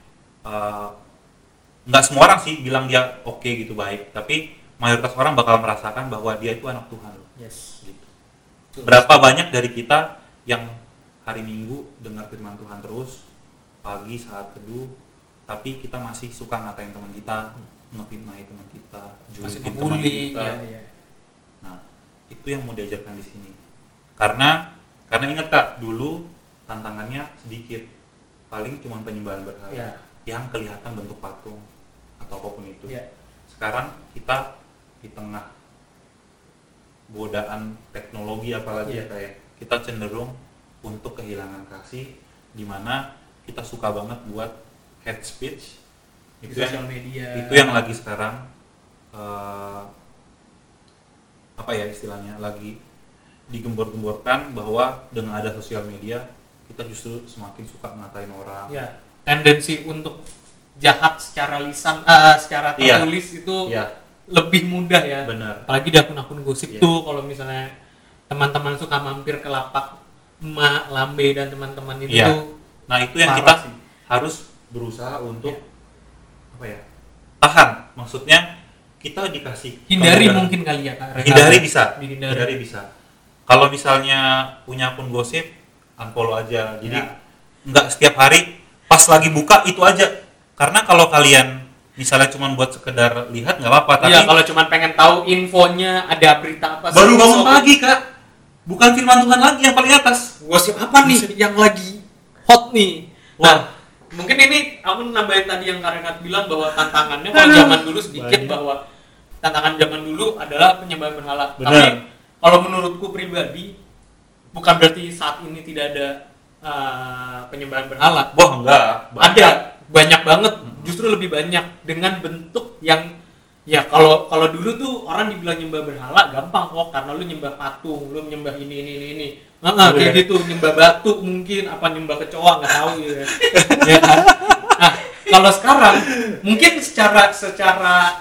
Speaker 3: nggak semua orang sih bilang dia oke gitu baik, tapi mayoritas orang bakal merasakan bahwa dia itu anak Tuhan loh.
Speaker 2: Yes.
Speaker 3: Gitu. Berapa banyak dari kita yang hari Minggu dengar firman Tuhan terus, pagi saat teduh, tapi kita masih suka ngatain teman kita, ngefitnahin teman kita,
Speaker 2: Masih
Speaker 3: julitin teman
Speaker 2: ngebully,
Speaker 3: kita.
Speaker 2: ya, ya.
Speaker 3: Nah, itu yang mau diajarkan di sini. Karena ingat Kak, dulu tantangannya sedikit, paling cuma penyembahan berhala
Speaker 2: Ya.
Speaker 3: yang kelihatan bentuk patung atau apapun itu.
Speaker 2: Ya.
Speaker 3: Sekarang kita di tengah godaan teknologi apalagi
Speaker 2: Ya.
Speaker 3: ya kayak kita cenderung untuk kehilangan kasih, di mana kita suka banget buat hate speech.
Speaker 2: Di sosial media.
Speaker 3: Itu yang lagi sekarang apa ya istilahnya, lagi digembor-gemborkan bahwa dengan ada sosial media kita justru semakin suka ngatain orang.
Speaker 2: Ya. Tendensi untuk jahat secara lisan, secara
Speaker 3: Iya.
Speaker 2: tertulis itu
Speaker 3: Iya,
Speaker 2: lebih mudah ya.
Speaker 3: benar.
Speaker 2: Apalagi di akun-akun gosip
Speaker 3: Iya.
Speaker 2: tuh, kalau misalnya teman-teman suka mampir ke lapak emak, lambe dan teman-teman itu
Speaker 3: Iya.
Speaker 2: tuh
Speaker 3: Nah, itu yang
Speaker 2: parah
Speaker 3: kita
Speaker 2: sih.
Speaker 3: harus berusaha untuk
Speaker 2: Iya.
Speaker 3: apa ya? Tahan. Maksudnya kita dikasih
Speaker 2: hindari
Speaker 3: kemudahan.
Speaker 2: mungkin kali ya Kak.
Speaker 3: Hindari bisa.
Speaker 2: Dihindari.
Speaker 3: Hindari bisa. Kalau misalnya punya akun gosip, unfollow aja. Jadi
Speaker 2: Ya.
Speaker 3: nggak setiap hari pas lagi buka itu aja. Karena kalau kalian misalnya cuma buat sekedar lihat nggak apa-apa, tapi
Speaker 2: Iya, kalau cuma pengen tahu infonya ada berita apa sih,
Speaker 3: baru bangun
Speaker 2: besok.
Speaker 3: pagi Kak, bukan firman Tuhan lagi yang paling atas.
Speaker 2: Gosip apa nih yang lagi hot nih?
Speaker 3: Wah.
Speaker 2: Nah, mungkin ini aku nambahin tadi yang Karenat bilang bahwa tantangannya kalau zaman dulu sedikit,
Speaker 3: Banyak.
Speaker 2: bahwa tantangan zaman dulu adalah penyembahan berhala.
Speaker 3: Benar.
Speaker 2: Tapi kalau menurutku pribadi bukan berarti saat ini tidak ada penyembahan berhala.
Speaker 3: Wah enggak.
Speaker 2: Ada banyak banget, justru lebih banyak dengan bentuk yang ya kalau dulu tuh orang dibilang nyembah berhala gampang kok, karena lu nyembah patung, lu nyembah ini. Kayak gitu, nyembah batu mungkin, apa nyembah kecoa nggak tahu ya. Ya kan? Nah, kalau sekarang mungkin secara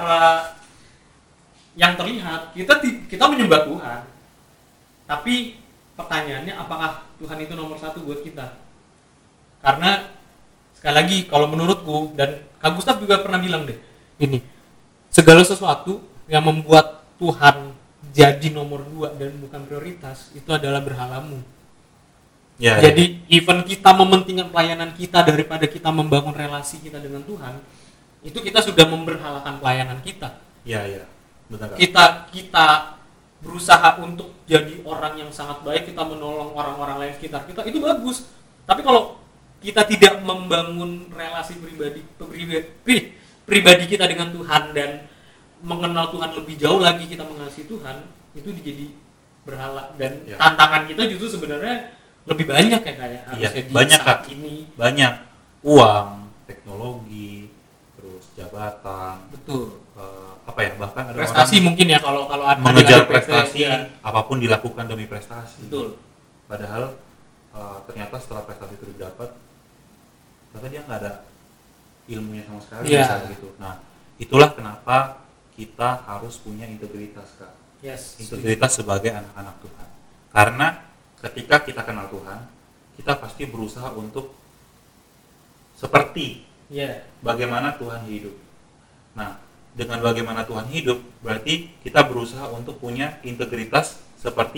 Speaker 2: yang terlihat kita menyembah Tuhan. Tapi pertanyaannya, apakah Tuhan itu nomor satu buat kita? Karena sekali lagi kalau menurutku, dan Kak Gustaf juga pernah bilang deh ini, segala sesuatu yang membuat Tuhan jadi nomor 2 dan bukan prioritas itu adalah berhalamu.
Speaker 3: Ya,
Speaker 2: Jadi even kita mementingkan pelayanan kita daripada kita membangun relasi kita dengan Tuhan, itu kita sudah memberhalakan pelayanan kita.
Speaker 3: ya. Benar Kak.
Speaker 2: Kita berusaha untuk jadi orang yang sangat baik, kita menolong orang-orang lain sekitar kita, itu bagus. Tapi kalau kita tidak membangun relasi pribadi kita dengan Tuhan dan mengenal Tuhan lebih jauh lagi, kita mengasihi Tuhan, itu jadi berhala. Dan
Speaker 3: Ya.
Speaker 2: tantangan kita justru sebenarnya lebih banyak ya kayak
Speaker 3: Iya,
Speaker 2: harusnya di
Speaker 3: banyak
Speaker 2: saat
Speaker 3: Kak.
Speaker 2: ini.
Speaker 3: Banyak uang, teknologi, terus jabatan,
Speaker 2: Betul.
Speaker 3: apa ya, bahkan ada
Speaker 2: Prestasi
Speaker 3: orang
Speaker 2: mungkin ya kalau ada
Speaker 3: mengejar
Speaker 2: ada
Speaker 3: prestasi,
Speaker 2: ya.
Speaker 3: apapun dilakukan demi prestasi.
Speaker 2: Betul.
Speaker 3: Padahal ternyata setelah prestasi itu didapat, ternyata dia nggak ada ilmunya sama sekali,
Speaker 2: Iya.
Speaker 3: misalnya gitu. Nah, itulah kenapa kita harus punya integritas Kak.
Speaker 2: Yes.
Speaker 3: Integritas sebagai anak-anak Tuhan. Karena ketika kita kenal Tuhan, kita pasti berusaha untuk seperti
Speaker 2: Ya.
Speaker 3: bagaimana Tuhan hidup. Nah, dengan bagaimana Tuhan hidup, berarti kita berusaha untuk punya integritas seperti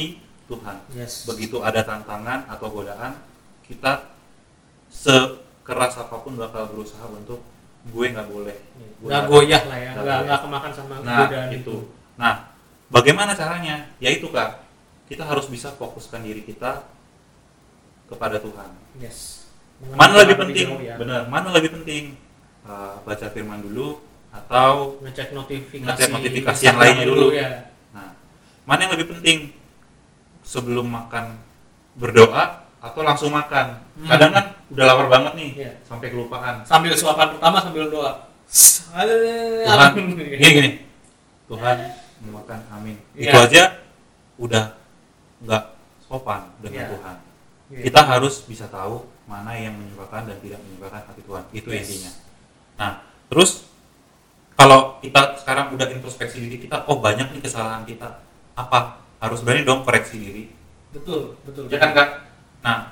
Speaker 3: Tuhan.
Speaker 2: Yes.
Speaker 3: Begitu ada tantangan atau godaan, kita sekeras apapun bakal berusaha untuk gue nggak boleh.
Speaker 2: Nggak goyah lah ya,
Speaker 3: Nggak
Speaker 2: nggak kemakan sama
Speaker 3: Nah
Speaker 2: godaan
Speaker 3: itu. Nah bagaimana caranya? Yaitu Kak, kita harus bisa fokuskan diri kita kepada Tuhan.
Speaker 2: Yes.
Speaker 3: Mana lebih penting?
Speaker 2: Jauh, ya.
Speaker 3: Benar. Mana lebih penting? Baca firman dulu atau
Speaker 2: ngecek
Speaker 3: ngecek notifikasi yang lainnya dulu.
Speaker 2: Ya.
Speaker 3: Nah, mana yang lebih penting? Sebelum makan berdoa atau langsung makan? Kadang kan udah lapar banget nih,
Speaker 2: Iya.
Speaker 3: sampai kelupaan.
Speaker 2: Sambil suapan pertama sambil doa.
Speaker 3: Tuhan, gini. Tuhan mau makan, amin.
Speaker 2: Iya.
Speaker 3: Itu aja udah nggak sopan dengan
Speaker 2: Iya.
Speaker 3: Tuhan.
Speaker 2: Iya.
Speaker 3: Kita harus bisa tahu mana yang menyukakan dan tidak menyukakan hati Tuhan. Itu
Speaker 2: Yes.
Speaker 3: intinya. Nah, terus kalau kita sekarang udah introspeksi diri kita, oh banyak nih kesalahan kita. Apa? Harus berani dong koreksi diri.
Speaker 2: Betul.
Speaker 3: Ya kan Kak? Nah,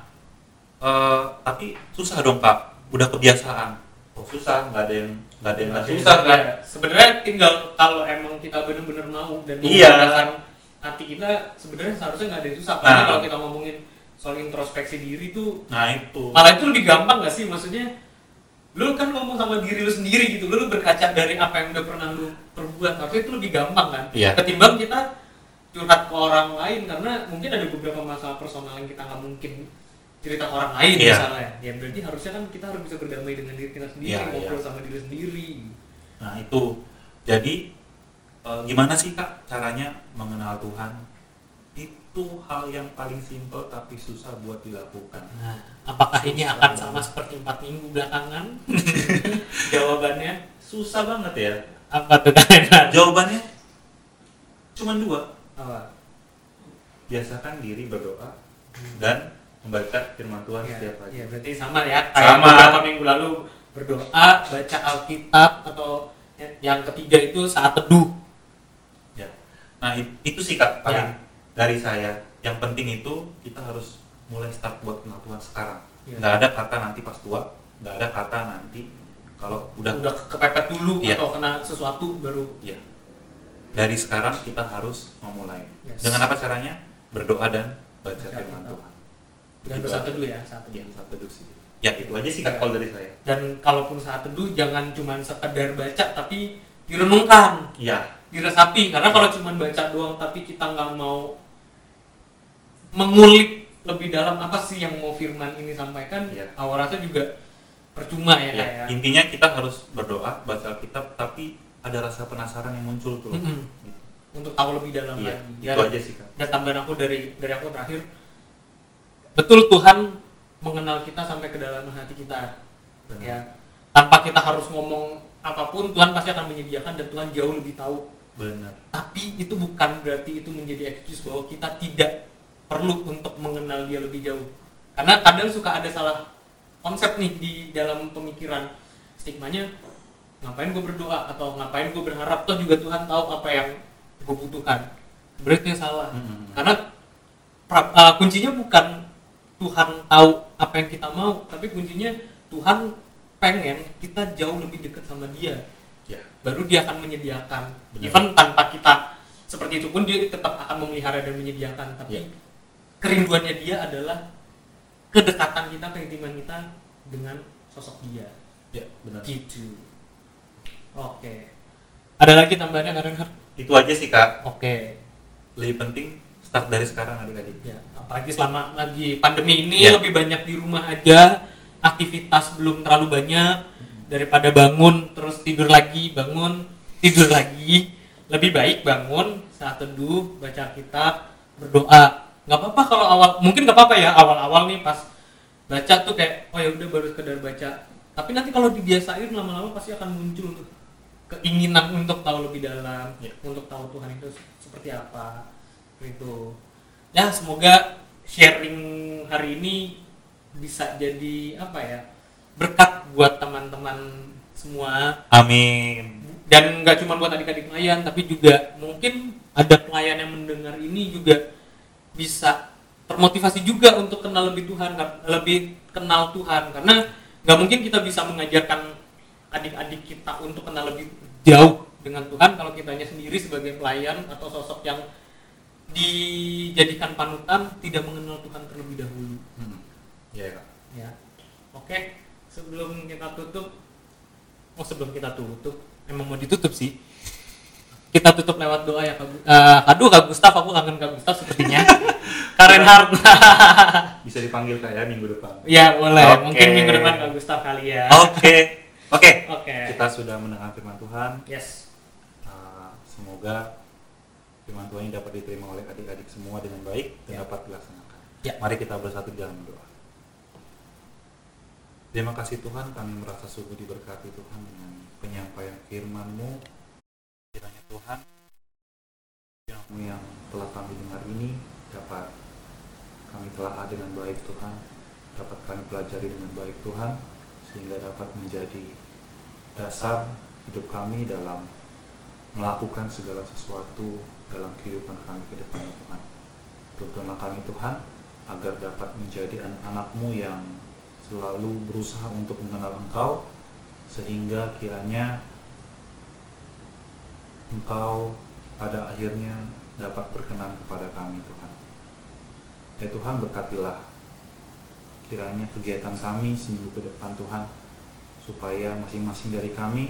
Speaker 3: tapi susah dong Kak. Udah kebiasaan. Oh susah, nggak ada yang susah kan?
Speaker 2: Ya, sebenarnya tinggal kalau emang kita benar-benar mau dan
Speaker 3: Iya.
Speaker 2: menggunakan hati kita, sebenarnya seharusnya nggak ada yang susah. Karena
Speaker 3: Nah.
Speaker 2: kalau kita ngomongin soal introspeksi diri tuh,
Speaker 3: Nah itu.
Speaker 2: malah itu lebih gampang nggak sih? Maksudnya, lu kan ngomong sama diri lu sendiri gitu, lu berkaca dari apa yang udah pernah lu perbuat, tapi itu lebih gampang kan?
Speaker 3: Iya.
Speaker 2: Ketimbang kita curhat ke orang lain, karena mungkin ada beberapa masalah personal yang kita nggak mungkin cerita ke orang lain
Speaker 3: Iya.
Speaker 2: misalnya. Ya berarti harusnya kan kita harus bisa berdamai dengan diri kita sendiri,
Speaker 3: Iya,
Speaker 2: ngobrol
Speaker 3: iya.
Speaker 2: sama diri sendiri.
Speaker 3: Nah itu. Jadi gimana sih Kak caranya mengenal Tuhan? Itu hal yang paling simpel tapi susah buat dilakukan.
Speaker 2: Nah, apakah ini akan sama seperti 4 minggu belakangan? Jawabannya
Speaker 3: Susah banget ya.
Speaker 2: apa tuh kalian?
Speaker 3: Jawabannya cuma 2.
Speaker 2: Apa?
Speaker 3: Biasakan diri berdoa dan membaca firman Tuhan
Speaker 2: Ya,
Speaker 3: setiap pagi.
Speaker 2: ya, berarti sama ya. Kayak
Speaker 3: Sama.
Speaker 2: beberapa minggu lalu berdoa, baca Alkitab, atau yang ketiga itu saat teduh.
Speaker 3: Ya. Nah itu sih Kak paling
Speaker 2: Ya.
Speaker 3: dari saya. Yang penting itu kita harus mulai start buat kenal Tuhan sekarang.
Speaker 2: Ya.
Speaker 3: Nggak ada kata nanti pas tua, nggak ada kata nanti kalau udah
Speaker 2: kepepet dulu
Speaker 3: Iya.
Speaker 2: atau kena sesuatu baru.
Speaker 3: ya. Dari sekarang kita harus memulai.
Speaker 2: Yes.
Speaker 3: Dengan apa caranya? Berdoa dan baca
Speaker 2: Baca
Speaker 3: firman
Speaker 2: Alkitab.
Speaker 3: Tuhan.
Speaker 2: Dan
Speaker 3: Gitu
Speaker 2: saat
Speaker 3: aja.
Speaker 2: teduh ya, saat teduh.
Speaker 3: Ya, saat teduh sih. Ya itu aja sih Kak kalau dari saya.
Speaker 2: Dan kalaupun saat teduh jangan cuma sekedar baca tapi direnungkan,
Speaker 3: Iya.
Speaker 2: diresapi. Karena kalau cuma baca doang tapi kita nggak mau mengulik lebih dalam apa sih yang mau firman ini sampaikan,
Speaker 3: Iya.
Speaker 2: awal rasa juga percuma ya.
Speaker 3: Ya,
Speaker 2: kayak.
Speaker 3: intinya kita harus berdoa, baca Alkitab, tapi ada rasa penasaran yang muncul tuh.
Speaker 2: Mm-mm.
Speaker 3: Gitu.
Speaker 2: Untuk tahu lebih dalam
Speaker 3: Iya,
Speaker 2: lagi.
Speaker 3: itu aja sih Kak.
Speaker 2: Dan tambahan aku dari aku terakhir, betul Tuhan mengenal kita sampai ke dalam hati kita.
Speaker 3: Benar.
Speaker 2: Ya, tanpa kita harus ngomong apapun, Tuhan pasti akan menyediakan dan Tuhan jauh lebih tahu.
Speaker 3: Benar.
Speaker 2: Tapi itu bukan berarti itu menjadi excuse bahwa kita tidak perlu untuk mengenal dia lebih jauh. Karena kadang suka ada salah konsep nih di dalam pemikiran. Stigmanya, ngapain gue berdoa atau ngapain gue berharap, toh juga Tuhan tahu apa yang gue butuhkan. Berarti salah. Karena kuncinya bukan Tuhan tahu apa yang kita mau, tapi kuncinya Tuhan pengen kita jauh lebih dekat sama dia.
Speaker 3: Ya.
Speaker 2: Baru dia akan menyediakan.
Speaker 3: Benar.
Speaker 2: Even tanpa kita seperti itu pun dia tetap akan memelihara dan menyediakan. Tapi
Speaker 3: Ya.
Speaker 2: kerinduannya dia adalah kedekatan kita, keintiman kita dengan sosok dia.
Speaker 3: Ya, benar.
Speaker 2: Gitu. Oke. Ada lagi tambahannya Kak Renhard?
Speaker 3: Itu aja sih Kak.
Speaker 2: Oke.
Speaker 3: Lebih penting start dari sekarang adik-adik.
Speaker 2: Ya, apalagi selama lagi pandemi ini
Speaker 3: Ya.
Speaker 2: lebih banyak di rumah aja, aktivitas belum terlalu banyak, daripada bangun terus tidur lagi, bangun tidur lagi. Lebih baik bangun saat teduh, baca kitab, berdoa. Nggak apa-apa kalau mungkin nggak apa-apa ya awal-awal nih pas baca tuh kayak oh ya udah baru sekedar baca. Tapi nanti kalau dibiasain lama-lama pasti akan muncul tuh keinginan untuk tahu lebih dalam,
Speaker 3: Ya.
Speaker 2: untuk tahu Tuhan itu seperti apa. Gitu. Ya semoga sharing hari ini bisa jadi apa ya, berkat buat teman-teman semua,
Speaker 3: Amin.
Speaker 2: dan nggak cuma buat adik-adik pelayan tapi juga mungkin ada pelayan yang mendengar ini juga bisa termotivasi juga untuk kenal lebih kenal Tuhan, karena nggak mungkin kita bisa mengajarkan adik-adik kita untuk kenal lebih jauh dengan Tuhan kalau kitanya sendiri sebagai pelayan atau sosok yang dijadikan panutan tidak mengenal Tuhan terlebih dahulu.
Speaker 3: Iya, Kak.
Speaker 2: Ya. Oke, sebelum kita tutup, emang mau ditutup sih. Kita tutup lewat doa ya Kak. Aduh Kak Gustaf, aku kangen Kak Gustaf sepertinya. Kak Reinhard.
Speaker 3: Bisa dipanggil Kak ya minggu depan.
Speaker 2: Ya boleh,
Speaker 3: Oke.
Speaker 2: mungkin minggu depan Kak Gustaf kali ya.
Speaker 3: Oke.
Speaker 2: Oke.
Speaker 3: Kita sudah mendengar firman Tuhan.
Speaker 2: Yes.
Speaker 3: Semoga firman Tuhan ini dapat diterima oleh adik-adik semua dengan baik dan dapat dilaksanakan.
Speaker 2: Ya.
Speaker 3: Mari kita bersatu dalam doa. Terima kasih Tuhan, kami merasa sungguh diberkati Tuhan dengan penyampaian firman-Mu. Kiranya Tuhan, firman-Mu yang telah kami dengar ini dapat kami telah dengan baik Tuhan, dapat kami pelajari dengan baik Tuhan, sehingga dapat menjadi dasar hidup kami dalam melakukan segala sesuatu dalam kehidupan kami ke depan Tuhan. Tuntunlah kami Tuhan, agar dapat menjadi anak-anak-Mu yang selalu berusaha untuk mengenal Engkau, sehingga kiranya Engkau pada akhirnya dapat berkenan kepada kami Tuhan. Ya Tuhan, berkatilah kiranya kegiatan kami seminggu ke depan Tuhan, supaya masing-masing dari kami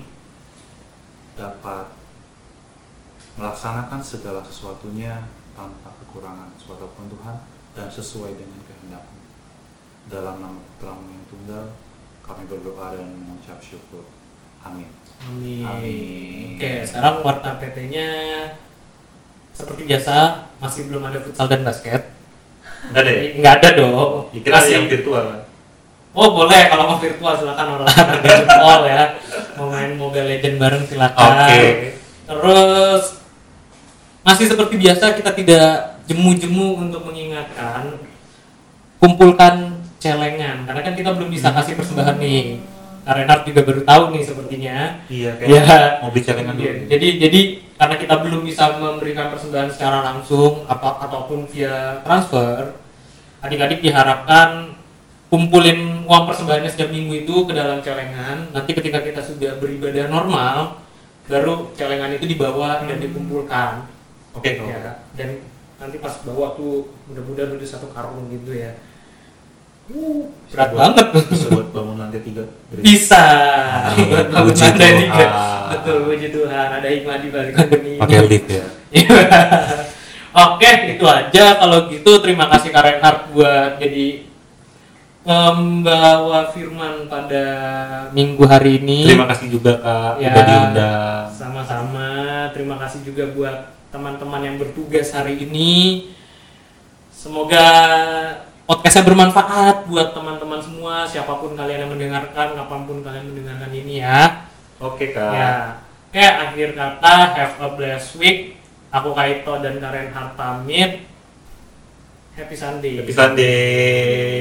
Speaker 3: dapat melaksanakan segala sesuatunya tanpa kekurangan suatu pun Tuhan, dan sesuai dengan kehendak-Mu. Dalam nama Putra-Mu yang tunggal, kami berdoa dan mengucap syukur. Amin.
Speaker 2: Amin. Oke, sekarang warta PT-nya seperti biasa masih belum ada futsal dan basket.
Speaker 3: Enggak ada ya?
Speaker 2: Nggak ada dong.
Speaker 3: Dikira yang virtual kan?
Speaker 2: Oh boleh, kalau mau virtual silakan olahraga jempol ya. Mau main Mobile Legend bareng silakan.
Speaker 3: Oke.
Speaker 2: Terus masih seperti biasa kita tidak jemu-jemu untuk mengingatkan, kumpulkan celengan karena kan kita belum bisa kasih persembahan nih. Kak Reinhard juga baru tahu nih sepertinya.
Speaker 3: Iya, kayak
Speaker 2: Ya.
Speaker 3: mau beli celengan dulu.
Speaker 2: Jadi karena kita belum bisa memberikan persembahan secara langsung ataupun via transfer, adik-adik diharapkan kumpulin uang persembahannya setiap minggu itu ke dalam celengan. Nanti ketika kita sudah beribadah normal, baru celengan itu dibawa dan dikumpulkan.
Speaker 3: Oke, kalau
Speaker 2: Ya, dan nanti pas bawa tuh mudah-mudahan udah satu karung gitu ya. Berat banget tuh.
Speaker 3: Bisa buat bangun lantai 3.
Speaker 2: Bisa.
Speaker 3: Amin.
Speaker 2: Buat bangun
Speaker 3: Puji
Speaker 2: lantai
Speaker 3: Tuhan.
Speaker 2: 3. Betul, puji Tuhan. Ada hikmah di balik pandemi ini.
Speaker 3: Pakai lift ya.
Speaker 2: Oke, itu aja. Kalau gitu terima kasih Kak Reinhard buat jadi membawa firman pada minggu hari ini.
Speaker 3: Terima kasih juga Kak,
Speaker 2: Ya,
Speaker 3: udah diundang.
Speaker 2: sama-sama. Terima kasih juga buat teman-teman yang bertugas hari ini. Semoga podcastnya bermanfaat buat teman-teman semua, siapapun kalian yang mendengarkan, kapanpun kalian mendengarkan ini ya.
Speaker 3: Oke Kak.
Speaker 2: Ya. Oke, akhir kata, have a blessed week. Aku Kaito dan Kak Reinhard pamit. Happy Sunday.
Speaker 3: Happy Sunday.